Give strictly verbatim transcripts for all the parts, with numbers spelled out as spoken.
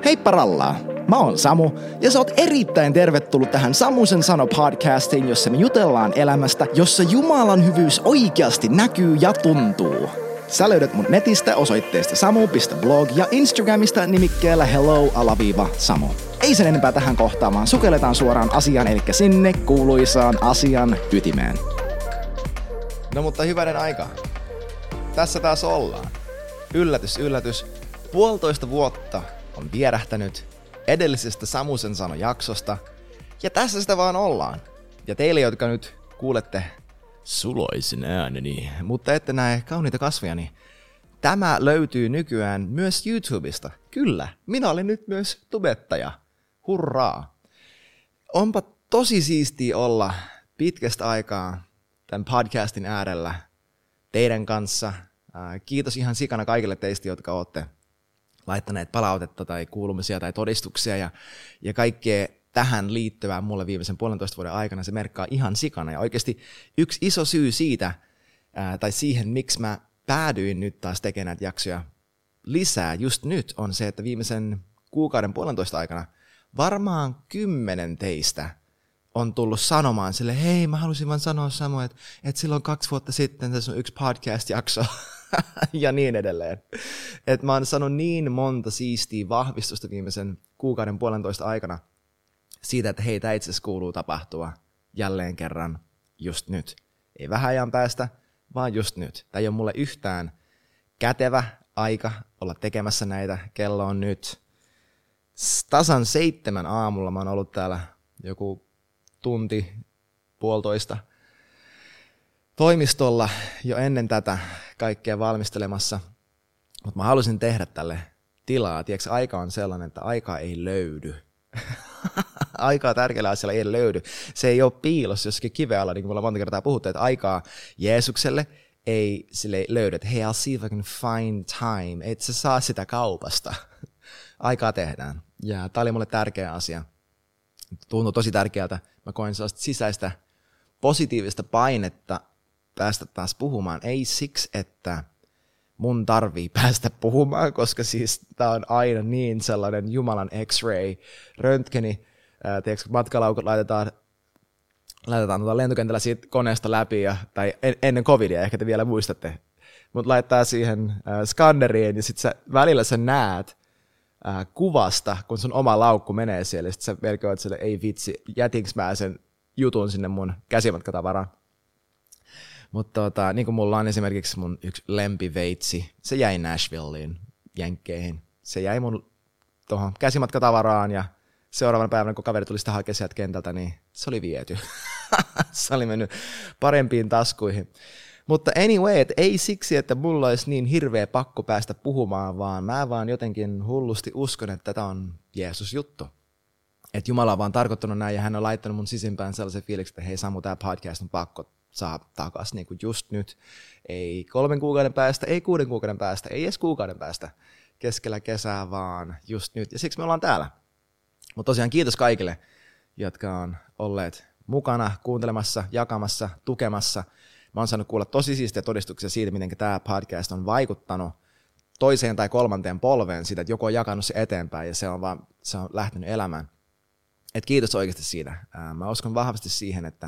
Heippa rallaa! Mä oon Samu, ja sä oot erittäin tervetullut tähän Samusen sano podcastiin, jossa me jutellaan elämästä, jossa Jumalan hyvyys oikeasti näkyy ja tuntuu. Sä löydät mun netistä osoitteesta samu piste blog ja Instagramista nimikkeellä hello-samu. Ei sen enempää tähän kohtaan, vaan sukelletaan suoraan asiaan, eli sinne kuuluisaan asian ytimeen. No mutta hyvänen aika. Tässä taas ollaan. Yllätys, yllätys. Puolitoista vuotta on vierähtänyt edellisestä Samusen sano jaksosta, ja tässä sitä vaan ollaan. Ja teille, jotka nyt kuulette suloisen ääneni, mutta ette näe kauniita kasvojani, tämä löytyy nykyään myös YouTubesta. Kyllä, minä olen nyt myös tubettaja. Hurraa! Onpa tosi siistiä olla pitkästä aikaa tämän podcastin äärellä teidän kanssa. Kiitos ihan sikana kaikille teistä, jotka olette laittaneet palautetta tai kuulumisia tai todistuksia ja, ja kaikkea tähän liittyvää mulle viimeisen puolentoista vuoden aikana. Se merkkaa ihan sikana. Ja oikeasti yksi iso syy siitä, ää, tai siihen, miksi mä päädyin nyt taas tekemään näitä jaksoja lisää just nyt, on se, että viimeisen kuukauden puolentoista aikana varmaan kymmenen teistä on tullut sanomaan sille, hei, mä halusin vaan sanoa Samu, että, että silloin kaksi vuotta sitten tässä on yksi podcast-jakso ja niin edelleen. Että mä oon sanonut niin monta siistiä vahvistusta viimeisen kuukauden puolentoista aikana siitä, että hei, tää itse asiassa kuuluu tapahtua jälleen kerran just nyt. Ei vähän ajan päästä, vaan just nyt. Tää ei ole mulle yhtään kätevä aika olla tekemässä näitä. Kello on nyt tasan seitsemän aamulla. Mä oon ollut täällä joku tunti, puolitoista toimistolla jo ennen tätä kaikkea valmistelemassa. Mutta mä halusin tehdä tälle tilaa. Tiedätkö, aika on sellainen, että aikaa ei löydy. Aikaa tärkeällä asialla ei löydy. Se ei ole piilossa jossakin kiven alla, niin kuin me ollaan monta kertaa puhuttu, että aikaa Jeesukselle ei sille löydy, että hei, I'll see if I can find time. Et sä saa sitä kaupasta. Aikaa tehdään. Ja tää oli mulle tärkeä asia. Tuntui tosi tärkeältä. Mä koin sellaista sisäistä positiivista painetta päästä taas puhumaan. Ei siksi, että mun tarvii päästä puhumaan, koska siis tää on aina niin sellainen Jumalan X-ray, röntgeni. Ää, tiedätkö, matkalaukut laitetaan, laitetaan tuota lentokentällä siitä koneesta läpi, ja, tai en, ennen covidia, ehkä te vielä muistatte, mutta laittaa siihen ää, skanneriin, ja sit sä, välillä sä näet ää, kuvasta, kun sun oma laukku menee siellä, ja sit sä melkein oot sille, ei vitsi, jätinkö mä sen jutun sinne mun käsimatkatavaraan. Mutta tota, niin kuin mulla on esimerkiksi mun yksi lempiveitsi, se jäi Nashvilleen, Jenkkeihin. Se jäi mun tuohon käsimatkatavaraan ja seuraavana päivänä, kun kaveri tuli sitä hakea sieltä kentältä, niin se oli viety. Se oli mennyt parempiin taskuihin. Mutta anyway, et ei siksi, että mulla olisi niin hirveä pakko päästä puhumaan, vaan mä vaan jotenkin hullusti uskon, että tämä on Jeesus-juttu. Että Jumala on vaan tarkoittanut näin ja hän on laittanut mun sisimpään sellaisen fiiliksen, että hei Samu, tämä podcast on pakko saa takaisin niin kuin just nyt. Ei kolmen kuukauden päästä, ei kuuden kuukauden päästä, ei edes kuukauden päästä keskellä kesää, vaan just nyt. Ja siksi me ollaan täällä. Mutta tosiaan kiitos kaikille, jotka on olleet mukana kuuntelemassa, jakamassa, tukemassa. Mä oon saanut kuulla tosi siistejä todistuksia siitä, miten tämä podcast on vaikuttanut toiseen tai kolmanteen polveen siitä, että joku on jakanut se eteenpäin ja se on, vaan, se on lähtenyt elämään. Et kiitos oikeasti siitä. Mä uskon vahvasti siihen, että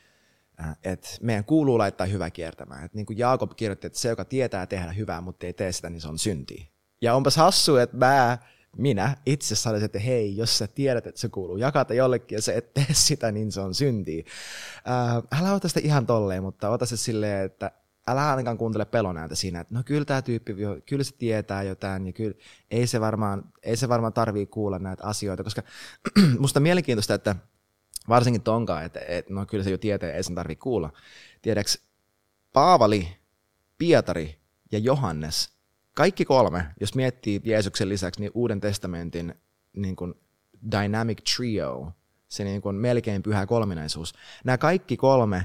et meidän kuuluu laittaa hyvä kiertämään. Et niin kuin Jaakob kirjoitti, että se, joka tietää tehdä hyvää, mutta ei tee sitä, niin se on syntiä. Ja onpas hassu, että mä, minä itse sanoisin, että hei, jos sä tiedät, että se kuuluu jakata jollekin ja sä et tee sitä, niin se on syntiä. Ää, älä ota sitä ihan tolleen, mutta ota se silleen, että älä ainakaan kuuntele pelon ääntä siinä, että no kyllä tämä tyyppi, kyllä se tietää jotain ja kyllä ei se varmaan, ei se varmaan tarvii kuulla näitä asioita, koska musta on mielenkiintoista, että varsinkin tonkaan, että, että no kyllä se jo tietää, ei sen tarvitse kuulla. Tiedäks, Paavali, Pietari ja Johannes, kaikki kolme, jos miettii Jeesuksen lisäksi, niin Uuden testamentin niin kuin dynamic trio, se niin kuin melkein pyhä kolminaisuus. Nämä kaikki kolme,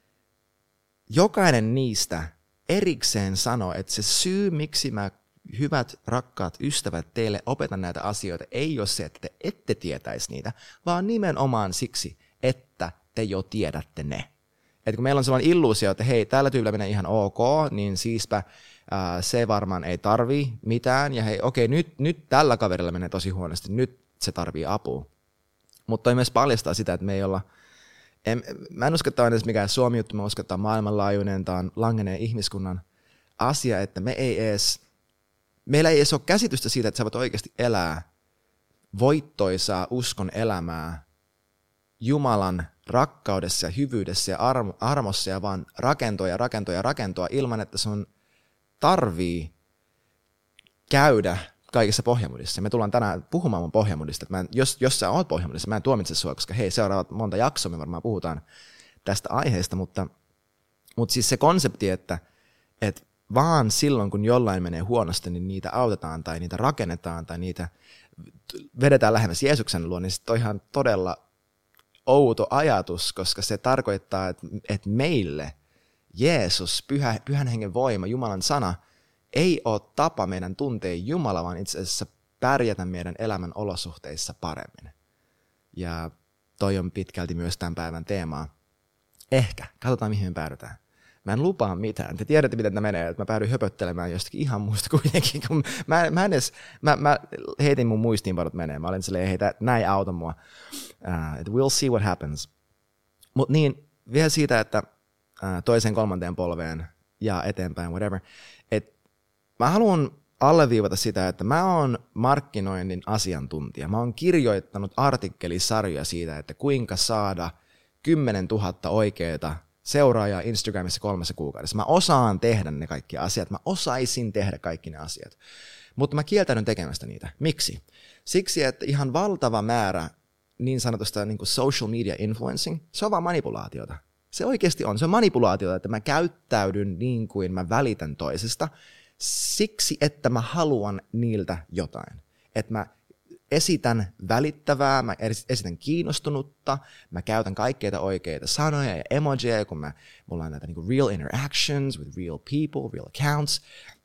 jokainen niistä erikseen sanoo, että se syy, miksi mä hyvät, rakkaat ystävät, teille opetan näitä asioita, ei ole se, että te ette tietäisi niitä, vaan nimenomaan siksi, että te jo tiedätte ne. Että kun meillä on sellainen illuusio, että hei, tällä tyypillä menee ihan ok, niin siispä ää, se varmaan ei tarvii mitään, ja hei, okei, nyt, nyt tällä kaverilla menee tosi huonosti, nyt se tarvii apua. Mutta toi myös paljastaa sitä, että me ei olla, en, mä en usko, että tämä on edes mikään Suomi-juttu, mä uskon, että tämä on maailmanlaajuinen, tämä on langeneen ihmiskunnan asia, että me ei edes, meillä ei edes ole käsitystä siitä, että sä voit oikeasti elää voittoisaa uskon elämää Jumalan rakkaudessa ja hyvyydessä ja armo, armossa ja vaan rakentua ja rakentua ja rakentua ilman, että sun tarvii käydä kaikissa pohjamudissa. Me tullaan tänään puhumaan mun pohjamudista. Mä en, jos, jos sä oot pohjamudissa, mä en tuomitse sua, koska hei, seuraavat monta jaksoa me varmaan puhutaan tästä aiheesta, mutta, mutta siis se konsepti, että, että vaan silloin, kun jollain menee huonosti, niin niitä autetaan tai niitä rakennetaan tai niitä vedetään lähemmäs Jeesuksen luo, niin se on ihan todella outo ajatus, koska se tarkoittaa, että, että meille Jeesus, pyhä, pyhän hengen voima, Jumalan sana, ei ole tapa meidän tuntea Jumala, vaan itse asiassa pärjätä meidän elämän olosuhteissa paremmin. Ja toi on pitkälti myös tämän päivän teemaa. Ehkä. Katsotaan, mihin me päädytään. Mä en lupaa mitään. Te tiedätte, miten tämä menee, että mä päädyin höpöttelemään jostakin ihan muusta kuitenkin. Kun mä, mä, edes, mä, mä heitin mun muistiinpanot menee. Mä olin silleen, hei, näin auta mua. Uh, we'll see what happens. Mutta niin, vielä siitä, että uh, toiseen kolmanteen polveen ja eteenpäin, whatever. Et mä haluan alleviivata sitä, että mä oon markkinoinnin asiantuntija. Mä oon kirjoittanut artikkelisarjoja siitä, että kuinka saada kymmenen tuhatta oikeita seuraajaa Instagramissa kolmessa kuukaudessa. Mä osaan tehdä ne kaikki asiat. Mä osaisin tehdä kaikki ne asiat. Mutta mä kieltäydyn tekemästä niitä. Miksi? Siksi, että ihan valtava määrä niin sanotusta niin kuin social media influencing, se on vaan manipulaatiota. Se oikeasti on. Se on manipulaatiota, että mä käyttäydyn niin kuin mä välitän toisesta siksi, että mä haluan niiltä jotain. Että mä esitän välittävää, mä esitän kiinnostunutta, mä käytän kaikkeita oikeita sanoja ja emojeja, kun mä, mulla on näitä niinku real interactions with real people, real accounts.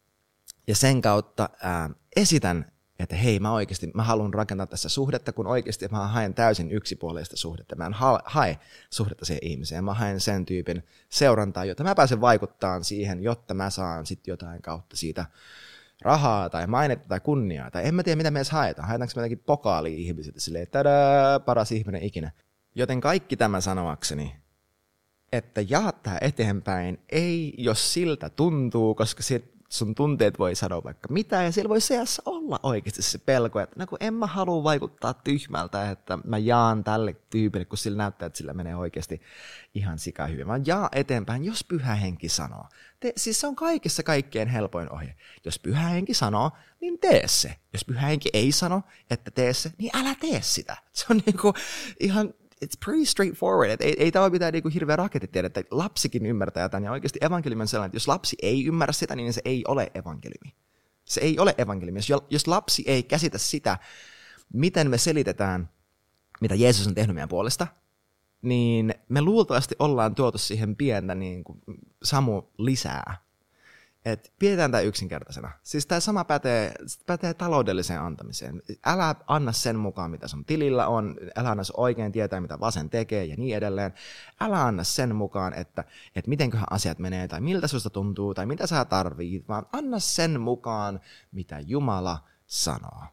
Ja sen kautta ää, esitän, että hei, mä oikeasti mä haluan rakentaa tässä suhdetta, kun oikeasti mä haen täysin yksipuolista suhdetta. Mä en ha- hae suhdetta siihen ihmiseen, mä haen sen tyypin seurantaa, jotta mä pääsen vaikuttamaan siihen, jotta mä saan sitten jotain kautta siitä rahaa tai mainetta tai kunniaa, tai en mä tiedä mitä me edes haetaan. Haetaanko me jotakin pokaalia ihmisiltä silleen, tadaa, paras ihminen ikinä. Joten kaikki tämä sanoakseni, että jaa tää eteenpäin, ei jos siltä tuntuu, koska sit sun tunteet voi sanoa vaikka mitä, ja siellä voi seassa olla oikeasti se pelko, että no kun en mä halua vaikuttaa tyhmältä, että mä jaan tälle tyypille, kun sillä näyttää, että sillä menee oikeasti ihan sika hyvin. Mä jaa eteenpäin, jos Pyhä Henki sanoo. Te, siis se on kaikessa kaikkein helpoin ohje. Jos Pyhä Henki sanoo, niin tee se. Jos Pyhä Henki ei sano, että tee se, niin älä tee sitä. Se on niinku ihan it's pretty straightforward. Et ei, ei tämä ole mitään niinku hirveä raketti tiedä, että lapsikin ymmärtää tämän. Ja oikeasti evankeliumi on sellainen, että jos lapsi ei ymmärrä sitä, niin se ei ole evankeliumi. Se ei ole evankeliumi. Jos, jos lapsi ei käsitä sitä, miten me selitetään, mitä Jeesus on tehnyt meidän puolesta, niin me luultavasti ollaan tuotu siihen pientä niin kuin samu lisää. Et pidetään tämä yksinkertaisena. Siis tämä sama pätee, pätee taloudelliseen antamiseen. Älä anna sen mukaan, mitä sun tilillä on. Älä anna oikein tietää, mitä vasen tekee ja niin edelleen. Älä anna sen mukaan, että, että mitenköhän asiat menee tai miltä susta tuntuu tai mitä sä tarvit, vaan anna sen mukaan, mitä Jumala sanoo.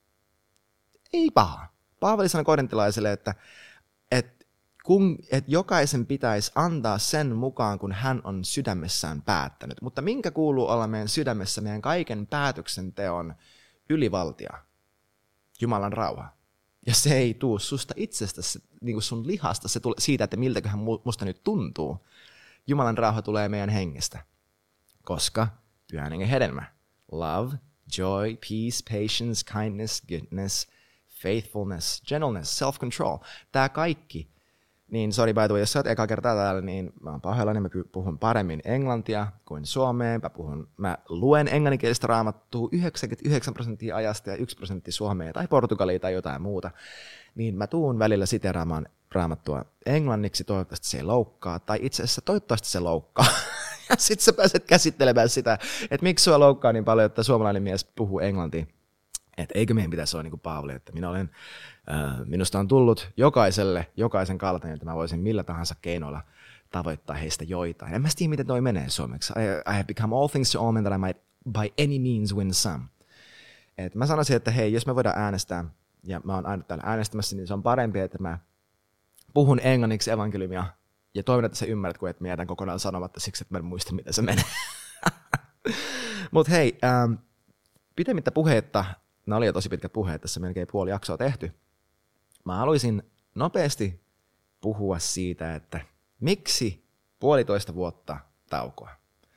Ei paha. Paavali sanoi korintilaiselle, että, että Kun, että jokaisen pitäisi antaa sen mukaan, kun hän on sydämessään päättänyt. Mutta minkä kuuluu olla meidän sydämessä meidän kaiken päätöksenteon ylivaltia? Jumalan rauha. Ja se ei tule susta itsestäsi, niin kuin sun lihasta, se tulee siitä, että miltäköhän musta nyt tuntuu. Jumalan rauha tulee meidän hengestä. Koska Pyhän Hengen hedelmä. Love, joy, peace, patience, kindness, goodness, faithfulness, gentleness, self-control. Tämä kaikki. Niin, sorry by the way, jos sä oot eka kertaa täällä, niin mä oon pahoillani, mä puhun paremmin englantia kuin suomea. Mä, puhun, mä luen englanninkielistä raamattua yhdeksänkymmentäyhdeksän prosenttia ajasta ja yksi prosentti suomea tai portugalia tai jotain muuta. Niin mä tuun välillä siteraamaan raamattua englanniksi, toivottavasti se ei loukkaa, tai itse asiassa toivottavasti se loukkaa. Ja sit sä pääset käsittelemään sitä, että miksi sua loukkaa niin paljon, että suomalainen mies puhuu englantia. Että eikö meidän pitäisi olla niin kuin Paavali, että minä olen, äh, minusta on tullut jokaiselle, jokaisen kaltainen, että mä voisin millä tahansa keinoilla tavoittaa heistä joitain. En mä tiedä, miten toi menee suomeksi. I, I have become all things to all men that I might by any means win some. Et mä sanoisin, että hei, jos me voidaan äänestää, ja mä oon aina täällä äänestämässä, niin se on parempi, että mä puhun englanniksi evankeliumia, ja toivon, että sä ymmärrät, kun et mä jätän kokonaan sanomatta siksi, että mä en muista, miten se menee. Mut hei, ähm, pitemmittä puheetta, nämä oli jo tosi pitkät puheet, tässä melkein puoli jaksoa tehty. Mä haluaisin nopeasti puhua siitä, että miksi puolitoista vuotta taukoa.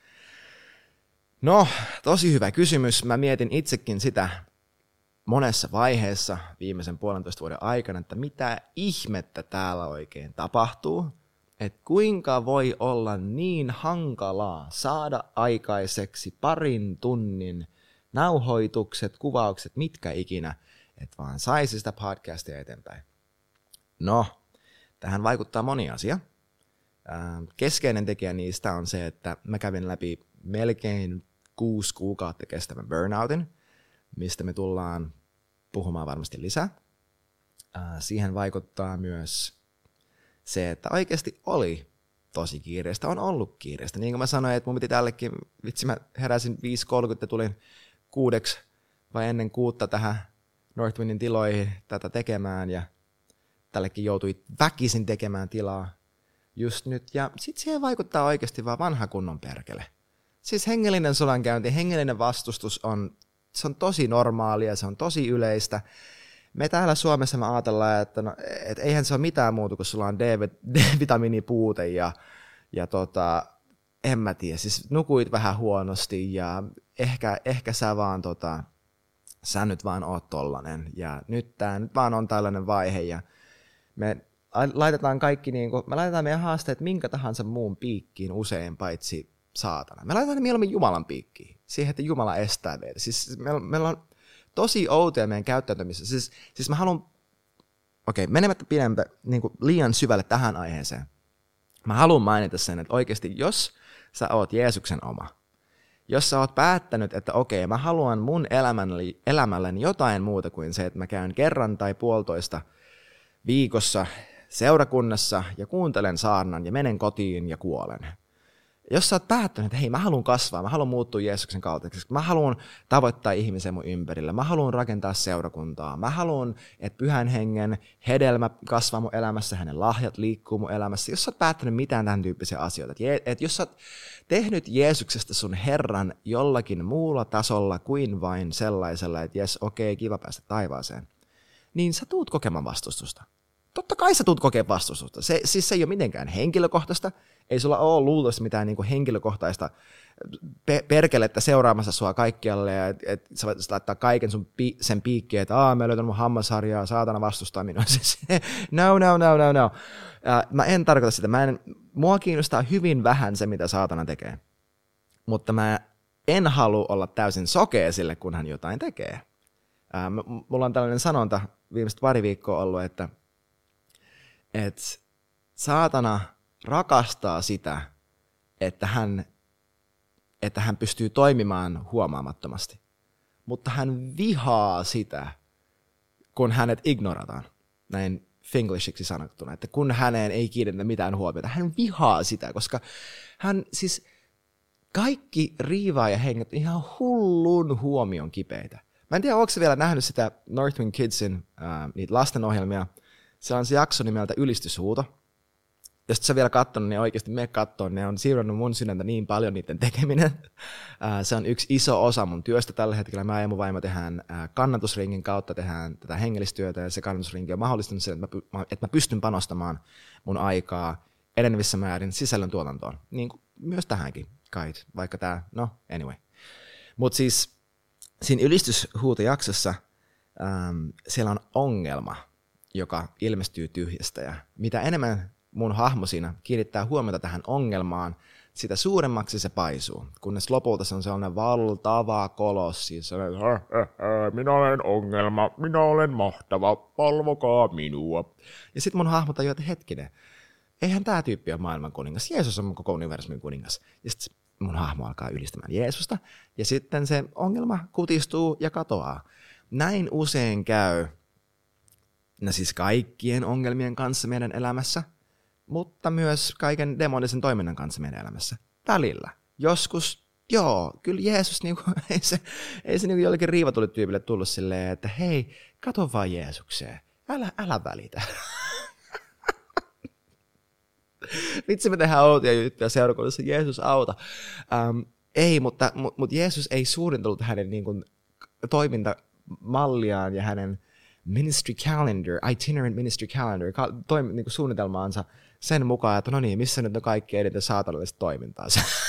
No, tosi hyvä kysymys. Mä mietin itsekin sitä monessa vaiheessa viimeisen puolentoista vuoden aikana, että mitä ihmettä täällä oikein tapahtuu, että kuinka voi olla niin hankalaa saada aikaiseksi parin tunnin nauhoitukset, kuvaukset, mitkä ikinä, että vaan saisi sitä podcastia eteenpäin. No, tähän vaikuttaa moni asia. Keskeinen tekijä niistä on se, että mä kävin läpi melkein kuusi kuukautta kestävän burnoutin, mistä me tullaan puhumaan varmasti lisää. Siihen vaikuttaa myös se, että oikeasti oli tosi kiireistä, on ollut kiireistä. Niin kuin mä sanoin, että mun piti tällekin, vitsi mä heräsin viisi kolmekymmentä, tulin kuudeksi vai ennen kuutta tähän Northwindin tiloihin tätä tekemään ja tällekin joutui väkisin tekemään tilaa just nyt. Ja sit siihen vaikuttaa oikeasti vaan vanha kunnon perkele. Siis hengellinen sodankäynti, hengellinen vastustus on, se on tosi normaalia, se on tosi yleistä. Me täällä Suomessa me ajatellaan, että no, et eihän se ole mitään muuta, kun sulla on D-vitamiinipuute ja, ja tota, en mä tiedä, siis nukuit vähän huonosti ja ehkä, ehkä sä vaan tota, sä nyt vaan oot tollanen ja nyt tää nyt vaan on tällainen vaihe ja me laitetaan kaikki, niin kuin, me laitetaan meidän haasteet minkä tahansa muun piikkiin usein paitsi saatana. Me laitetaan ne mieluummin Jumalan piikkiin, siihen, että Jumala estää meitä. Siis meillä, meillä on tosi outoja meidän käyttäytymisessä. Siis, siis mä haluan, okei, okay, menemättä pidempä, niin kuin liian syvälle tähän aiheeseen. Mä haluan mainita sen, että oikeasti jos sä oot Jeesuksen oma, jos sä oot päättänyt, että okei, mä haluan mun elämälleni, elämälläni jotain muuta kuin se, että mä käyn kerran tai puolitoista viikossa seurakunnassa ja kuuntelen saarnan ja menen kotiin ja kuolen. Jos sä oot päättänyt, että hei, mä haluan kasvaa, mä haluan muuttua Jeesuksen kaltaiseksi, mä haluan tavoittaa ihmisen mun ympärillä, mä haluan rakentaa seurakuntaa, mä haluan, että pyhän hengen hedelmä kasvaa mun elämässä, hänen lahjat liikkuu mun elämässä. Jos sä oot päättänyt mitään tämän tyyppisiä asioita, että, Je- että jos sä oot tehnyt Jeesuksesta sun Herran jollakin muulla tasolla kuin vain sellaisella, että jes, okei, kiva päästä taivaaseen, niin sä tuut kokemaan vastustusta. Totta kai sä tuut kokemaan vastustusta. Se, siis se ei ole mitenkään henkilökohtaista. Ei sulla ole luultavasti mitään niin kuin henkilökohtaista pe- perkelettä seuraamassa sua kaikkialle ja et, et sä voit laittaa kaiken sun pi- sen piikkiin, että aah, mä löytän mun hammasharjaa, saatana vastustaa minua. no, no, no, no, no. Uh, mä en tarkoita sitä. Mä en, mua kiinnostaa hyvin vähän se, mitä saatana tekee. Mutta mä en halua olla täysin sokea sille, kun hän jotain tekee. Uh, m- mulla on tällainen sanonta viimeiset pari viikkoa ollut, että että saatana rakastaa sitä, että hän, että hän pystyy toimimaan huomaamattomasti. Mutta hän vihaa sitä, kun hänet ignorataan. Näin finglishiksi sanottuna, että kun häneen ei kiinnitä mitään huomiota. Hän vihaa sitä, koska hän siis kaikki riivaa ja henget ihan hullun huomion kipeitä. Mä en tiedä, onko sä vielä nähnyt sitä Northwind Kidsin äh, niitä lastenohjelmia. Se on se jakso nimeltä Ylistyshuuto. Jos sä vielä katsonut, niin oikeasti mene katsoa. Ne on siirronnut mun sydäntä niin paljon niiden tekeminen. Se on yksi iso osa mun työstä tällä hetkellä. Mä ja mun vaimo tehdään kannatusringin kautta tehdään tätä hengellistyötä. Ja se kannatusrinki on mahdollistanut sen, että mä pystyn panostamaan mun aikaa enenevissä määrin sisällön tuotantoon. Niin kuin myös tähänkin kait, vaikka tää, no anyway. Mutta siis siinä Ylistyshuutojaksossa ähm, siellä on ongelma, joka ilmestyy tyhjästä. Ja mitä enemmän mun hahmo siinä kiinnittää huomiota tähän ongelmaan, sitä suuremmaksi se paisuu. Kunnes lopulta se on sellainen valtava kolossi. Sellainen, äh, äh, äh, minä olen ongelma, minä olen mahtava, palvokaa minua. Ja sitten mun hahmo tajuu, että hetkinen, eihän tämä tyyppi ole maailman kuningas. Jeesus on koko universumin kuningas. Ja sitten mun hahmo alkaa ylistämään Jeesusta. Ja sitten se ongelma kutistuu ja katoaa. Näin usein käy. No siis kaikkien ongelmien kanssa meidän elämässä, mutta myös kaiken demonisen toiminnan kanssa meidän elämässä. Välillä. Joskus joo, kyllä Jeesus, niin kuin, ei se, ei se niin jollekin riivatulityypille tullut silleen, että hei, kato vaan Jeesukseen, älä, älä välitä. Vitsi me tehdään outoja juttuja seurakunnassa, Jeesus auta. Um, ei, mutta, mutta, mutta Jeesus ei suunnitellut hänen niin kuin, toimintamalliaan ja hänen ministry calendar, itinerant ministry calendar, toimi, niin kuin suunnitelmaansa sen mukaan, että no niin, missä nyt on kaikki eniten saatanallista toimintaa.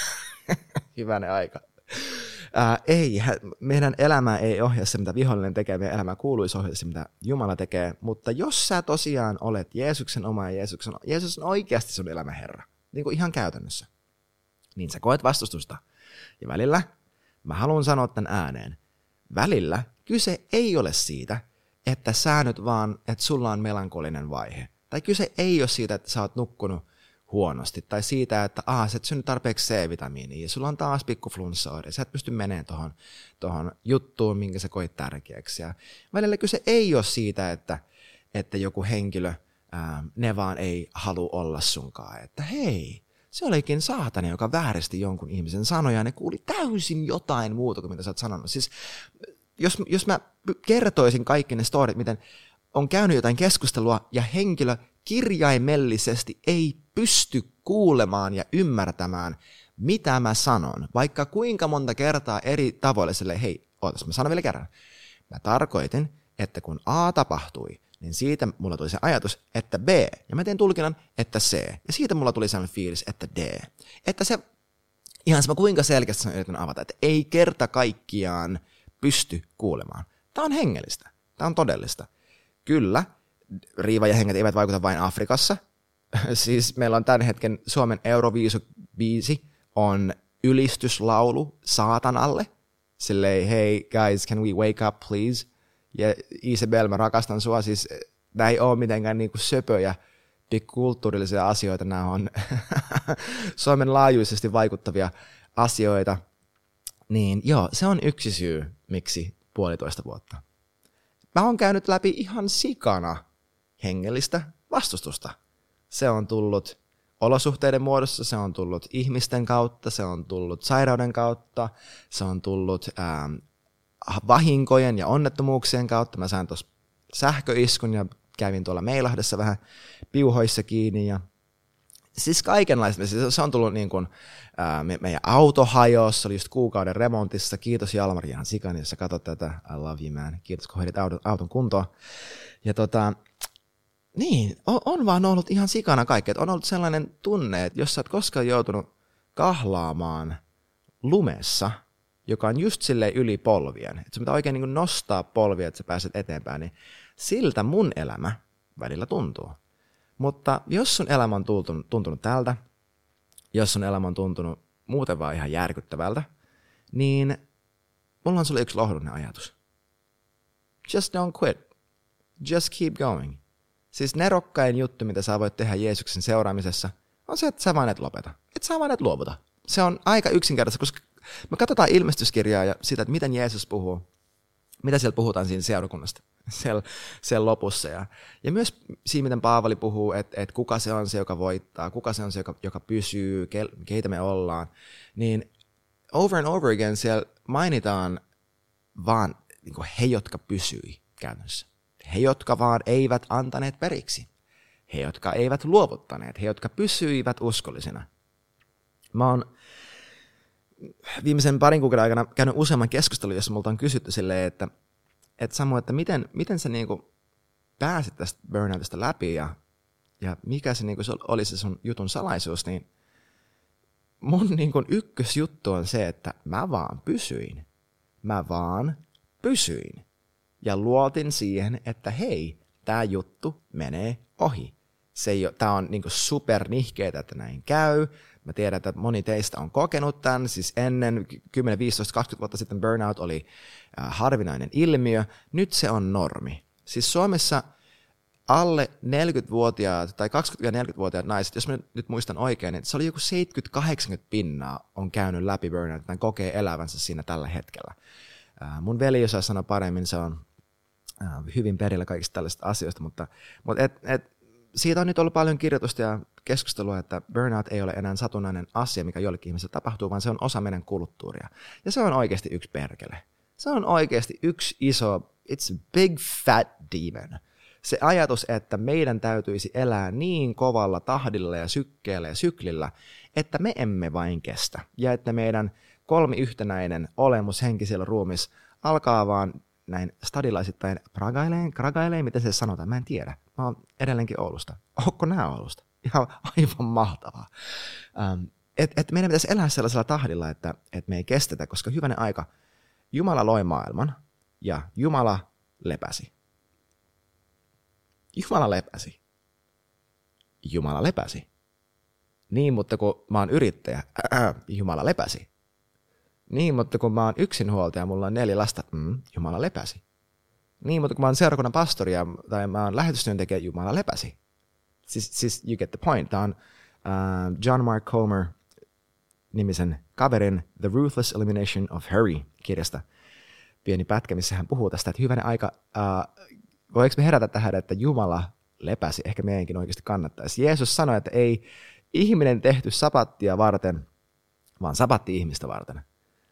Hyvänen aika. Ää, ei, meidän elämä ei ohjaa se, mitä vihollinen tekee, meidän elämä kuuluisi ohjaa se, mitä Jumala tekee, mutta jos sä tosiaan olet Jeesuksen oma ja Jeesuksen, Jeesus on oikeasti sun elämän Herra, niin kuin ihan käytännössä, niin sä koet vastustusta. Ja välillä, mä haluan sanoa tämän ääneen, välillä kyse ei ole siitä, että sä nyt vaan, että sulla on melankolinen vaihe. Tai kyse ei ole siitä, että sä oot nukkunut huonosti, tai siitä, että aah, sä et syönyt tarpeeksi C-vitamiinia, ja sulla on taas pikku flunssaoire, sä et pysty menemään tohon, tohon juttuun, minkä sä koit tärkeäksi. Ja välillä kyse ei ole siitä, että, että joku henkilö, ää, ne vaan ei halua olla sunkaan, että hei, se olikin saatana, joka vääristi jonkun ihmisen sanoja, ja ne kuuli täysin jotain muuta kuin mitä sä oot sanonut. Siis, jos, jos mä kertoisin kaikki ne storit, miten on käynyt jotain keskustelua, ja henkilö kirjaimellisesti ei pysty kuulemaan ja ymmärtämään, mitä mä sanon, vaikka kuinka monta kertaa eri tavoilla silleen, hei, ootas, mä sanon vielä kerran. Mä tarkoitin, että kun A tapahtui, niin siitä mulla tuli se ajatus, että B, ja mä teen tulkinnan, että C, ja siitä mulla tuli sellainen fiilis, että D. Että se, ihan sama kuinka selkeästi sen yritän avata, että ei kerta kaikkiaan pysty kuulemaan. Tää on hengellistä, tää on todellista. Kyllä, riiva ja henget eivät vaikuta vain Afrikassa. Siis meillä on tämän hetken Suomen Euroviisu-biisi on ylistyslaulu saatanalle. Silleen, hey guys, can we wake up please? Ja Isabel, mä rakastan sua. Siis nämä ei ole mitenkään niinku söpöjä, kulttuurillisia asioita. Nämä on Suomen laajuisesti vaikuttavia asioita. Niin joo, se on yksi syy, miksi puolitoista vuotta. Mä oon käynyt läpi ihan sikana hengellistä vastustusta. Se on tullut olosuhteiden muodossa, se on tullut ihmisten kautta, se on tullut sairauden kautta, se on tullut ähm, vahinkojen ja onnettomuuksien kautta. Mä sain tuossa sähköiskun ja kävin tuolla Meilahdessa vähän piuhoissa kiinni. Ja siis kaikenlaista. Se on tullut niin kuin, ää, me, meidän auto hajosi, se oli just kuukauden remontissa. Kiitos Jalmari ihan sikani, jos sä katsot tätä. I love you man. Kiitos kun hoidit auton, auton kuntoa. Ja tota, niin, on, on vaan ollut ihan sikana kaikkea. On ollut sellainen tunne, että jos sä oot koskaan joutunut kahlaamaan lumessa, joka on just silleen yli polvien, että sun pitää oikein niin kuin nostaa polvia, että sä pääset eteenpäin, niin siltä mun elämä välillä tuntuu. Mutta jos sun elämä on tuntunut, tuntunut tältä, jos sun elämä on tuntunut muuten vaan ihan järkyttävältä, niin mulla on sulle yksi lohdullinen ajatus. Just don't quit. Just keep going. Siis nerokkain juttu, mitä sä voit tehdä Jeesuksen seuraamisessa, on se, että sä vaan et lopeta. Et sä vaan et luovuta. Se on aika yksinkertaista, koska me katsotaan ilmestyskirjaa ja sitä, että miten Jeesus puhuu, mitä siellä puhutaan siinä seurakunnasta, siellä, siellä lopussa. Ja, ja myös siinä, miten Paavali puhuu, että, että kuka se on se, joka voittaa, kuka se on se, joka, joka pysyy, ke, keitä me ollaan. Niin over and over again siellä mainitaan vaan niin kuin he, jotka pysyi käytännössä. He, jotka vaan eivät antaneet periksi. He, jotka eivät luovuttaneet. He, jotka pysyivät uskollisina. Mä oon viimeisen parin kuukauden aikana käynyt useamman keskustelun, jossa multa on kysytty silleen, että, että Samu, että miten, miten sä niinku pääsit tästä burnoutista läpi ja, ja mikä se niinku oli se sun jutun salaisuus, niin mun niinku ykkösjuttu on se, että mä vaan pysyin. Mä vaan pysyin. Ja luotin siihen, että hei, tää juttu menee ohi. Se ei ole, tää on niinku supernihkeetä, että näin käy. Mä tiedän, että moni teistä on kokenut tämän, siis ennen kymmenen, viisitoista, kaksikymmentä vuotta sitten burnout oli äh, harvinainen ilmiö, nyt se on normi. Siis Suomessa alle neljäkymmentävuotiaat tai kaksikymmentä-neljäkymmentävuotiaat naiset, jos mä nyt, nyt muistan oikein, että se oli joku seitsemänkymmentä kahdeksankymmentä pinnaa on käynyt läpi burnout, tai kokee elävänsä siinä tällä hetkellä. Äh, mun veli osaa sanoa paremmin, se on äh, hyvin perillä kaikista tällaisista asioista, mutta, mutta et, et, siitä on nyt ollut paljon kirjoitusta ja keskustelua, että burnout ei ole enää satunnainen asia, mikä jollekin ihmiselle tapahtuu, vaan se on osa meidän kulttuuria. Ja se on oikeasti yksi perkele. Se on oikeasti yksi iso, it's a big fat demon. Se ajatus, että meidän täytyisi elää niin kovalla tahdilla ja sykkeellä ja syklillä, että me emme vain kestä. Ja että meidän kolmiyhtenäinen olemus henkisellä ruumissa alkaa vaan näin stadilaisittain pragaileen, kragaileen, miten se sanotaan, mä en tiedä. Mä oon edelleenkin Oulusta. Onko nää Oulusta? Ihan aivan mahtavaa. Um, että et meidän pitäisi elää sellaisella tahdilla, että et me ei kestetä, koska hyvänen aika, Jumala loi maailman ja Jumala lepäsi. Jumala lepäsi. Jumala lepäsi. Niin, mutta kun mä oon yrittäjä, äh, Jumala lepäsi. Niin, mutta kun mä oon yksinhuoltaja, mulla on neljä lasta, mm, Jumala lepäsi. Niin, mutta kun mä oon seurakunnan pastori tai mä oon lähetystyöntekijä, Jumala lepäsi. Siis, siis you get the point. Tämä on uh, John Mark Comer nimisen kaverin The Ruthless Elimination of Hurry -kirjasta pieni pätkä, missä hän puhuu tästä, että hyvänen aika, uh, voiko me herätä tähän, että Jumala lepäsi, ehkä meidänkin oikeasti kannattaisi. Jeesus sanoi, että ei ihminen tehty sapattia varten, vaan sapatti ihmistä varten.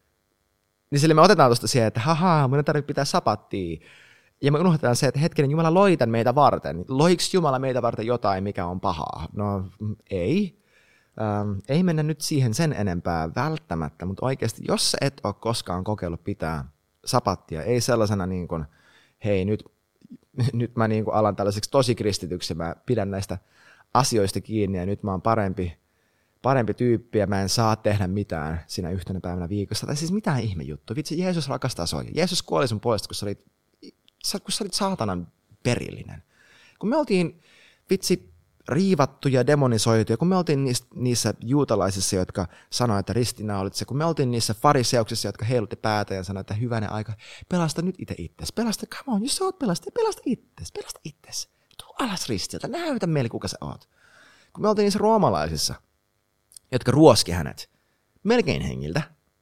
Niin sille me otetaan tuosta siihen, että haha, mun ei tarvitse pitää sapattia. Ja me unohdetaan se, että hetkinen, Jumala loi tämän meitä varten. Loiks Jumala meitä varten jotain, mikä on pahaa? No ei. Ähm, ei mennä nyt siihen sen enempää välttämättä, mutta oikeasti, jos sä et ole koskaan kokeillut pitää sapattia, ei sellaisena niin kuin, hei nyt, nyt mä niin kuin alan tällaiseksi tosi kristityksi, mä pidän näistä asioista kiinni ja nyt mä oon parempi, parempi tyyppi ja mä en saa tehdä mitään siinä yhtenä päivänä viikossa. Tai siis mitään ihme juttu. Vitsi, Jeesus rakastaa sua. Jeesus kuoli sun puolesta, kun sä olit, kun sä olit saatanan perillinen. Kun me oltiin, vitsi, riivattu ja demonisoitu, ja kun me oltiin niissä, niissä juutalaisissa, jotka sanoivat, että ristiinnaulitse, kun me oltiin niissä fariseuksissa, jotka heilutti päätä ja sanoivat, että hyvänen aika, pelasta nyt itse itsesi, pelasta, come on, jos sä oot pelasta, pelasta itsesi, pelasta itsesi, tuu alas ristiltä, näytä meille, kuka sä oot. Kun me oltiin niissä roomalaisissa, jotka ruoski hänet melkein hengiltä,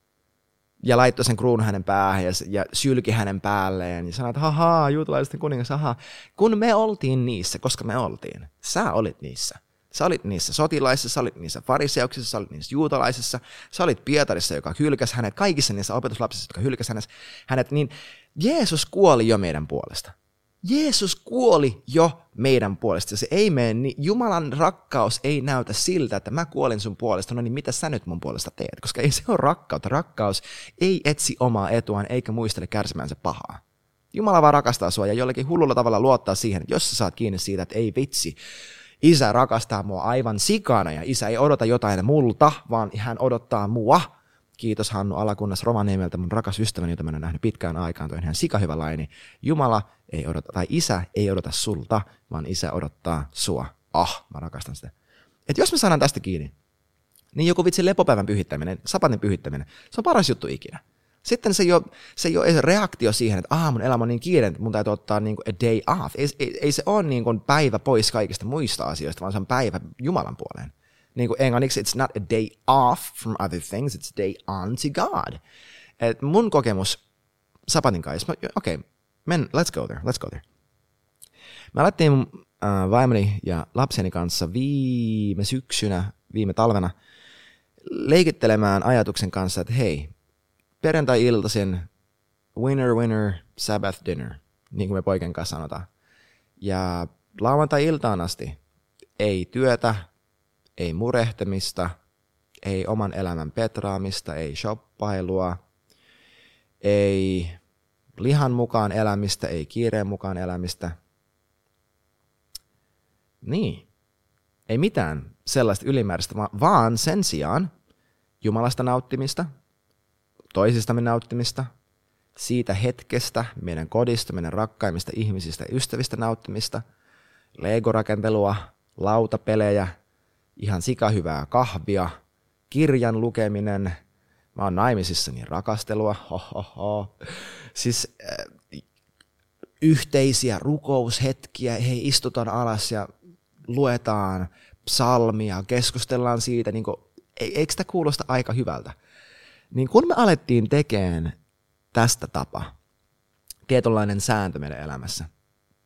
ja laittoi sen kruunun hänen päähän ja, ja sylki hänen päälleen ja sanoi, että haha, juutalaisten kuningas, haha. Kun me oltiin niissä, koska me oltiin, sä olit niissä. Sä olit niissä sotilaisissa, sä olit niissä fariseuksissa, sä olit niissä juutalaisissa, sä olit Pietarissa, joka hylkäsi hänet, kaikissa niissä opetuslapsissa, jotka hylkäsi hänet, niin Jeesus kuoli jo meidän puolesta. Jeesus kuoli jo meidän puolesta. Se ei mene, niin Jumalan rakkaus ei näytä siltä, että mä kuolin sun puolesta, no niin mitä sä nyt mun puolesta teet? Koska ei se ole rakkautta. Rakkaus ei etsi omaa etuaan eikä muistele kärsimänsä pahaa. Jumala vaan rakastaa sua ja jollakin hullulla tavalla luottaa siihen, että jos sä saat kiinni siitä, että ei vitsi, isä rakastaa mua aivan sikana ja isä ei odota jotain multa, vaan hän odottaa mua. Kiitos Hannu Alakunnas Rovaniemeltä, mun rakas ystäväni, jota mä en nähnyt pitkään aikaan, toi ihan sikahyvä laini. Jumala ei odota, tai isä ei odota sulta, vaan isä odottaa sua. Ah, mä rakastan sitä. Et jos me saadaan tästä kiinni, niin joku vitsi lepopäivän pyhittäminen, sapatin pyhittäminen, se on paras juttu ikinä. Sitten se ei ole, se ei ole edes reaktio siihen, että ah, mun elämä on niin kiire, että mun täytyy ottaa niin kuin a day off. Ei, ei, ei se ole niin kuin päivä pois kaikista muista asioista, vaan se on päivä Jumalan puoleen. Niin kuin englanniksi, it's not a day off from other things, it's a day on to God. Et mun kokemus sapatin kanssa, okei, okay, men, let's go there, let's go there. Mä alettiin mun äh, vaimoni ja lapseni kanssa viime syksynä, viime talvena leikittelemään ajatuksen kanssa, että hei, perjantai-iltaisin winner, winner, Sabbath dinner, niin kuin me poikien kanssa sanotaan. Ja lauantai-iltaan asti ei työtä, ei murehtimista, ei oman elämän petraamista, ei shoppailua, ei lihan mukaan elämistä, ei kiireen mukaan elämistä. Niin, ei mitään sellaista ylimääräistä, vaan sen sijaan Jumalasta nauttimista, toisistamme nauttimista, siitä hetkestä, meidän kodista, meidän rakkaimmista ihmisistä ja ystävistä nauttimista, Lego-rakentelua, lautapelejä, ihan sikahyvää kahvia, kirjan lukeminen, mä oon naimisissa, niin rakastelua, ho, ho, ho. Siis äh, yhteisiä rukoushetkiä, hei istutaan alas ja luetaan psalmia, keskustellaan siitä, niin kuin, eikö sitä kuulosta aika hyvältä? Niin kun me alettiin tekemään tästä tapa, tietynlainen sääntö meidän elämässä,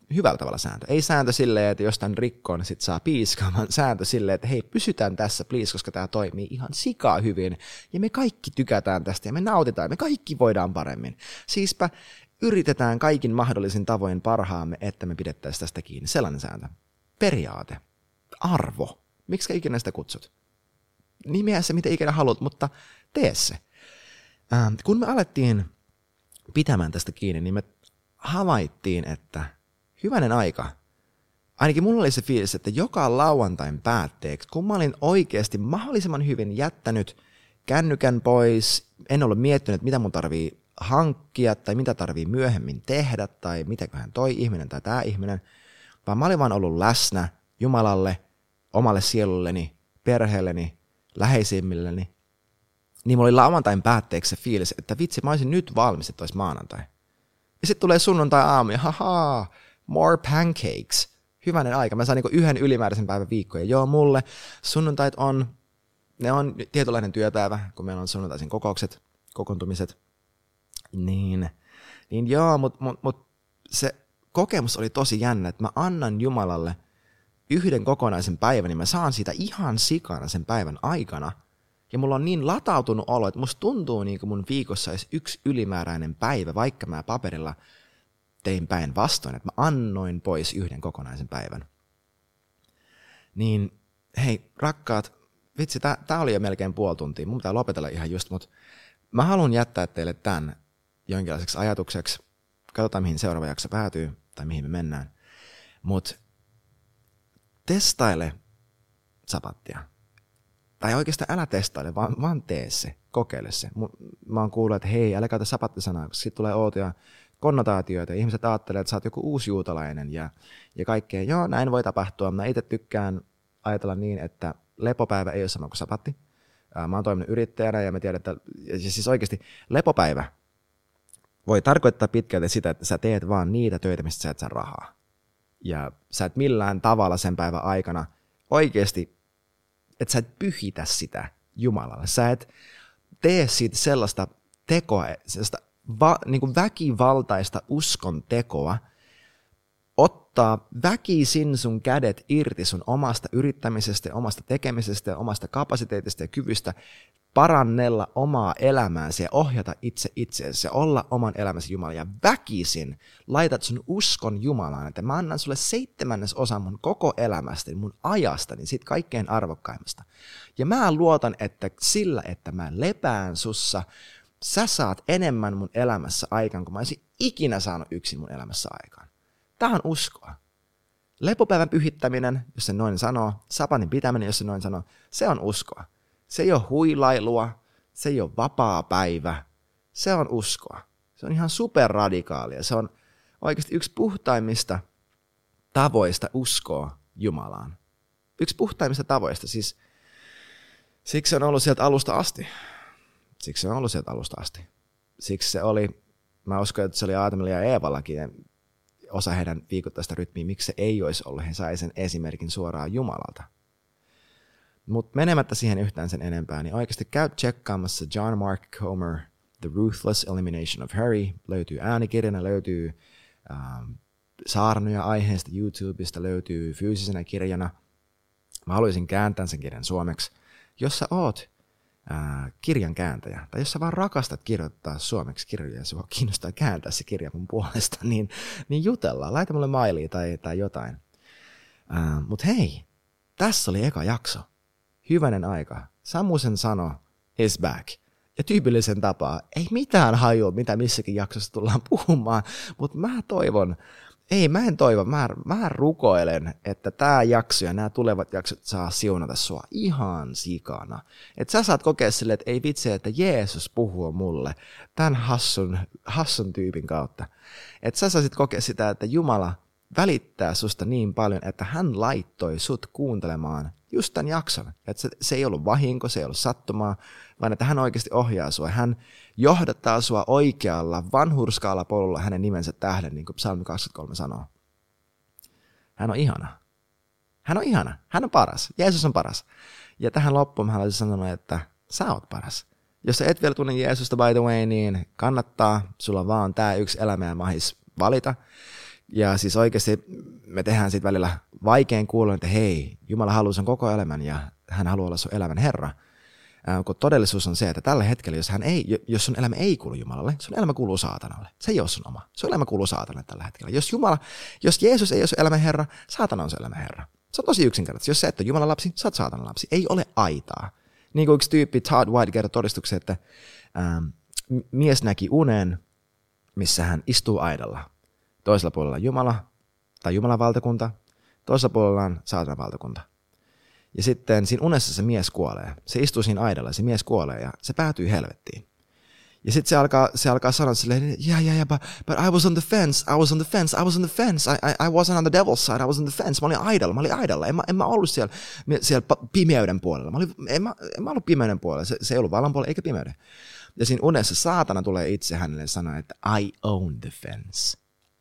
hyvällä tavalla sääntö. Ei sääntö silleen, että jostain rikkoo, niin sit saa piiskaa, vaan sääntö silleen, että hei, pysytään tässä, please, koska tämä toimii ihan sikaa hyvin. Ja me kaikki tykätään tästä ja me nautitaan, me kaikki voidaan paremmin. Siispä yritetään kaikin mahdollisin tavoin parhaamme, että me pidettäisiin tästä kiinni. Sellainen sääntö. Periaate. Arvo. Miksi ikinä sitä kutsut? Nimeä se, mitä ikinä haluat, mutta tee se. Ähm, kun me alettiin pitämään tästä kiinni, niin me havaittiin, että hyvänen aika. Ainakin mulla oli se fiilis, että joka lauantain päätteeksi, kun mä olin oikeasti mahdollisimman hyvin jättänyt kännykän pois, en ollut miettinyt, mitä mun tarvii hankkia tai mitä tarvii myöhemmin tehdä tai mitäköhän toi ihminen tai tää ihminen, vaan mä olin vaan ollut läsnä Jumalalle, omalle sielulleni, perheelleni, läheisimmilleni, niin mulla oli lauantain päätteeksi se fiilis, että vitsi, mä olisin nyt valmis, että olisi maanantai. Ja sitten tulee sunnuntai aamu ja haha, more pancakes. Hyvänen aika. Mä saan niinku yhden ylimääräisen päivän viikkoja. Joo, mulle sunnuntait on, ne on tietynlainen työpäivä, kun meillä on sunnuntaisin kokoukset, kokoontumiset. Niin, niin joo, mutta mut, mut se kokemus oli tosi jännä, että mä annan Jumalalle yhden kokonaisen päivän, niin mä saan siitä ihan sikana sen päivän aikana. Ja mulla on niin latautunut olo, että musta tuntuu niin kuin mun viikossa olisi yksi ylimääräinen päivä, vaikka mä paperilla tein päin vastoin, että mä annoin pois yhden kokonaisen päivän. Niin hei, rakkaat, vitsi, tää, tää oli jo melkein puoli tuntia, mun pitää lopetella ihan just, mutta mä haluan jättää teille tämän jonkinlaiseksi ajatukseksi. Katsotaan, mihin seuraava jakso päätyy, tai mihin me mennään. Mutta testaile sapattia. Tai oikeastaan älä testaile, vaan, vaan tee se, kokeile se. Mä oon kuullut, että hei, älä käytä sapattisanaa, koska siitä tulee outoja konnotaatioita. Ihmiset ajattelee, että sä oot joku uusi juutalainen ja, ja kaikkea. Joo, näin voi tapahtua. Mä itse tykkään ajatella niin, että lepopäivä ei ole sama kuin sapatti. Mä oon toiminut yrittäjänä ja mä tiedän, että ja siis oikeasti lepopäivä voi tarkoittaa pitkälti sitä, että sä teet vaan niitä töitä, mistä sä et saa rahaa. Ja sä et millään tavalla sen päivän aikana oikeasti, että sä et pyhitä sitä Jumalalle. Sä et tee siitä sellaista tekoa, sellaista va, niin kuin väkivaltaista uskon tekoa, ottaa väkisin sun kädet irti sun omasta yrittämisestä, omasta tekemisestä, omasta kapasiteetista ja kyvystä parannella omaa elämääsi ja ohjata itse itseäsi ja olla oman elämäsi Jumala. Ja väkisin laitat sun uskon Jumalaan, että mä annan sulle seitsemännes osan mun koko elämästä, mun ajastani, siitä kaikkein arvokkaimmasta. Ja mä luotan, että sillä, että mä lepään sussa, sä saat enemmän mun elämässä aikaan, kun mä olisin ikinä saanut yksin mun elämässä aikaan. Tämä on uskoa. Lepopäivän pyhittäminen, jos se noin sanoo, sapatin pitäminen, jos se noin sanoo, se on uskoa. Se ei ole huilailua, se ei ole vapaa päivä, se on uskoa. Se on ihan superradikaalia. Se on oikeasti yksi puhtaimmista tavoista uskoa Jumalaan. Yksi puhtaimmista tavoista, siis siksi se on ollut sieltä alusta asti. Siksi se on ollut sieltä alusta asti. Siksi se oli, mä uskon, että se oli Aatamilla ja Eevallakin osa heidän viikoittaista rytmiä, miksi se ei olisi ollut, he sai sen esimerkin suoraan Jumalalta. Mutta menemättä siihen yhtään sen enempää, niin oikeasti käy tsekkaamassa John Mark Comer, The Ruthless Elimination of Hurry, löytyy äänikirjana, löytyy ähm, saarnoja aiheesta YouTubesta, löytyy fyysisenä kirjana. Mä haluaisin kääntää sen kirjan suomeksi. Jos sä oot äh, kirjan kääntäjä, tai jos sä vaan rakastat kirjoittaa suomeksi kirjoja ja sua kiinnostaa kääntää se kirja mun puolesta, niin, niin jutellaan, laita mulle mailia tai, tai jotain. Äh, Mut hei, tässä oli eka jakso. Hyvänen aika. Samusen sano, is back. Ja tyypillisen tapaa, ei mitään hajua, mitä missäkin jaksossa tullaan puhumaan, mutta mä toivon, ei mä en toivo, mä, mä rukoilen, että tää jakso ja nämä tulevat jaksot saa siunata sua ihan sikana. Että sä saat kokea silleen, että ei vitsi, että Jeesus puhuu mulle tämän hassun, hassun tyypin kautta. Että sä saisit kokea sitä, että Jumala välittää susta niin paljon, että hän laittoi sut kuuntelemaan just tämän jakson. Että se, se ei ollut vahinko, se ei ollut sattumaa, vaan että hän oikeasti ohjaa sua. Hän johdattaa sua oikealla, vanhurskaalla polulla hänen nimensä tähden, niin kuin psalmi kaksikymmentäkolme sanoo. Hän on ihana. Hän on ihana. Hän on paras. Jeesus on paras. Ja tähän loppuun mä haluaisin sanoa, että sä oot paras. Jos sä et vielä tunne Jeesusta by the way, niin kannattaa. Sulla vaan tää yksi elämä ja mahis valita. Ja siis oikeasti me tehdään siitä välillä vaikein kuulla, että hei, Jumala haluaa sen koko elämän ja hän haluaa olla sun elämän Herra. Ää, kun todellisuus on se, että tällä hetkellä, jos, hän ei, jos sun elämä ei kuulu Jumalalle, sun elämä kuuluu saatanalle. Se ei ole sun oma. Sun elämä kuuluu saatanalle tällä hetkellä. Jos, Jumala, jos Jeesus ei ole sun elämän Herra, saatana on sun elämän Herra. Se on tosi yksinkertaisesti. Jos sä et ole Jumalan lapsi, sä oot saatanan lapsi. Ei ole aitaa. Niin kuin yksi tyyppi Todd White kertoi todistuksen, että ää, mies näki unen, missä hän istuu aidalla. Toisella puolella Jumala tai Jumalan valtakunta, toisella puolella on saatanan valtakunta. Ja sitten siinä unessa se mies kuolee. Se istuu siinä aidalla ja se mies kuolee ja se päätyy helvettiin. Ja sitten se alkaa, se alkaa sanoa silleen, yeah, yeah, yeah, but, but I was on the fence, I was on the fence, I was on the fence, I, I, I wasn't on the devil's side, I was on the fence. Mä olin aidalla, mä olin aidalla, en mä, en mä ollut siellä, siellä pimeyden puolella. Mä olin, en, mä, en mä ollut pimeyden puolella, se, se ei ollut vallan puolella eikä pimeyden. Ja siinä unessa saatana tulee itse hänelle sanoa, että I own the fence,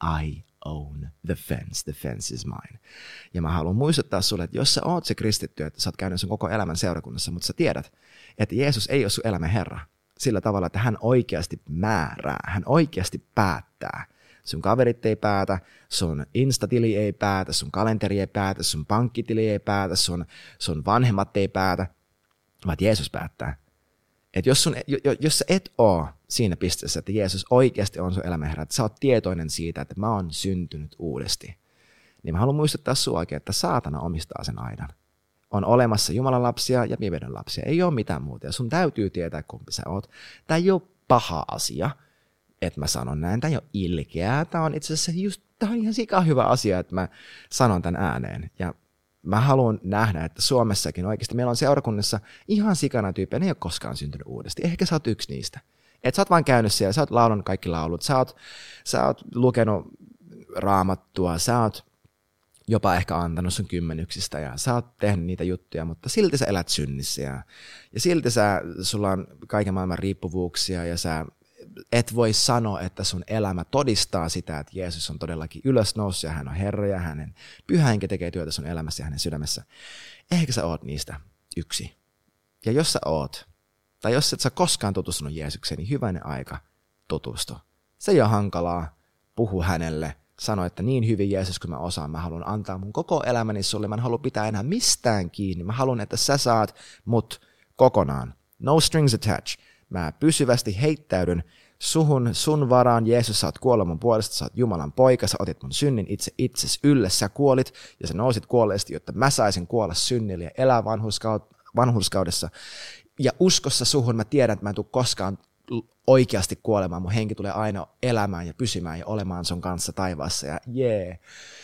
I own the fence, the fence is mine. Ja mä haluan muistuttaa sulle, että jos sä oot se kristitty, että sä oot käynyt sun koko elämän seurakunnassa, mutta sä tiedät, että Jeesus ei ole sun elämän Herra sillä tavalla, että hän oikeasti määrää, hän oikeasti päättää. Sun kaverit ei päätä, sun instatili ei päätä, sun kalenteri ei päätä, sun pankkitili ei päätä, sun, sun vanhemmat ei päätä, vaan Jeesus päättää. Että jos, sun, jos sä et oo siinä pisteessä, että Jeesus oikeasti on sun elämän Herra, että sä oot tietoinen siitä, että mä oon syntynyt uudesti, niin mä haluan muistuttaa sua oikein, että saatana omistaa sen aidan. On olemassa Jumalan lapsia ja pimeyden lapsia. Ei ole mitään muuta. Ja sun täytyy tietää, kumpi sä oot. Tämä ei ole paha asia, että mä sanon näin. Tämä ei ole ilkeää. Tämä on itse asiassa just, tämä on ihan sika hyvä asia, että mä sanon tämän ääneen. Ja mä haluan nähdä, että Suomessakin oikeasti meillä on seurakunnassa ihan sikana tyyppejä. Ne ei ole koskaan syntynyt uudesti. Ehkä sä oot yksi niistä. Että sä oot vaan käynyt siellä, sä oot laulanut kaikki laulut, sä oot, sä oot lukenut raamattua, sä oot jopa ehkä antanut sun kymmenyksistä ja sä oot tehnyt niitä juttuja, mutta silti sä elät synnissä ja, ja silti sä, sulla on kaiken maailman riippuvuuksia ja sä et voi sanoa, että sun elämä todistaa sitä, että Jeesus on todellakin ylösnoussut ja hän on Herra ja hänen pyhä henki tekee työtä sun elämässä ja hänen sydämessä. Ehkä sä oot niistä yksi. Ja jos sä oot, tai jos et sä koskaan tutustunut Jeesukseen, niin hyvänen aika tutustu. Se ei ole hankalaa, puhu hänelle. Sano, että niin hyvin Jeesus, kun mä osaan, mä haluan antaa mun koko elämäni sulle, mä en halua pitää enää mistään kiinni, mä haluan, että sä saat mut kokonaan. No strings attached. Mä pysyvästi heittäydyn suhun, sun varaan, Jeesus, sä oot kuollut mun puolesta, sä oot Jumalan poika, sä otit mun synnin itse itses ylle, sä kuolit ja sä nousit kuolleesti, jotta mä saisin kuolla synnille ja elää vanhurskaudessa. Ja uskossa suhun mä tiedän, että mä en tule koskaan oikeasti kuolemaan, mun henki tulee aina elämään ja pysymään ja olemaan sun kanssa taivaassa ja jee, yeah.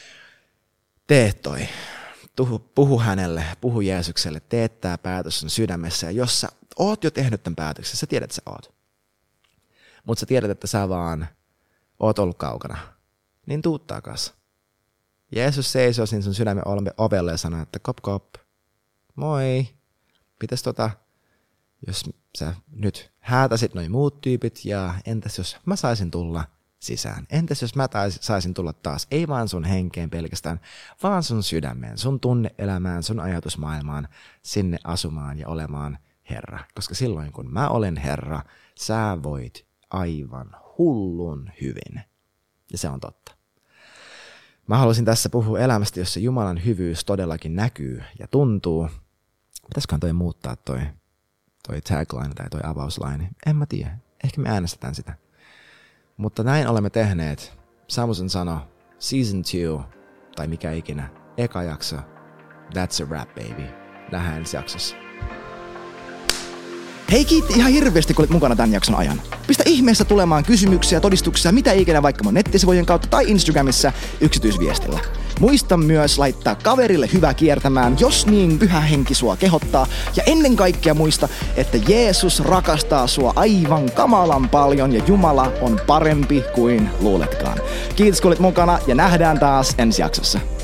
Tee toi, puhu, puhu hänelle, puhu Jeesukselle, tee tää päätös sun sydämessä ja jos sä oot jo tehnyt tämän päätöksen, sä tiedät, että sä oot, mutta sä tiedät, että sä vaan oot ollut kaukana, niin tuu takas. Jeesus seisoo siinä sun sydämen ovelle ja sanoo, että kop kop, moi, pitäis tota, jos sä nyt häätäisit noin muut tyypit ja entäs jos mä saisin tulla sisään? Entäs jos mä tais, saisin tulla taas, ei vaan sun henkeen pelkästään, vaan sun sydämeen, sun tunneelämään, sun ajatusmaailmaan, sinne asumaan ja olemaan Herra. Koska silloin kun mä olen Herra, sä voit aivan hullun hyvin. Ja se on totta. Mä haluaisin tässä puhua elämästä, jossa Jumalan hyvyys todellakin näkyy ja tuntuu. Pitäisiköhän toi muuttaa toi? toi tagline tai toi avausline. En mä tiedä. Ehkä me äänestetään sitä. Mutta näin olemme tehneet. Samusen sano, season two, tai mikä ikinä, eka jakso. That's a wrap, baby. Nähdään ensi jaksossa. Hei, kiitti ihan hirveästi, kun olit mukana tämän jakson ajan. Pistä ihmeessä tulemaan kysymyksiä, todistuksia, mitä ikinä vaikka mun nettisivujen kautta tai Instagramissa yksityisviestillä. Muista myös laittaa kaverille hyvä kiertämään, jos niin pyhä henki sua kehottaa. Ja ennen kaikkea muista, että Jeesus rakastaa sua aivan kamalan paljon ja Jumala on parempi kuin luuletkaan. Kiitos, kun olit mukana ja nähdään taas ensi jaksossa.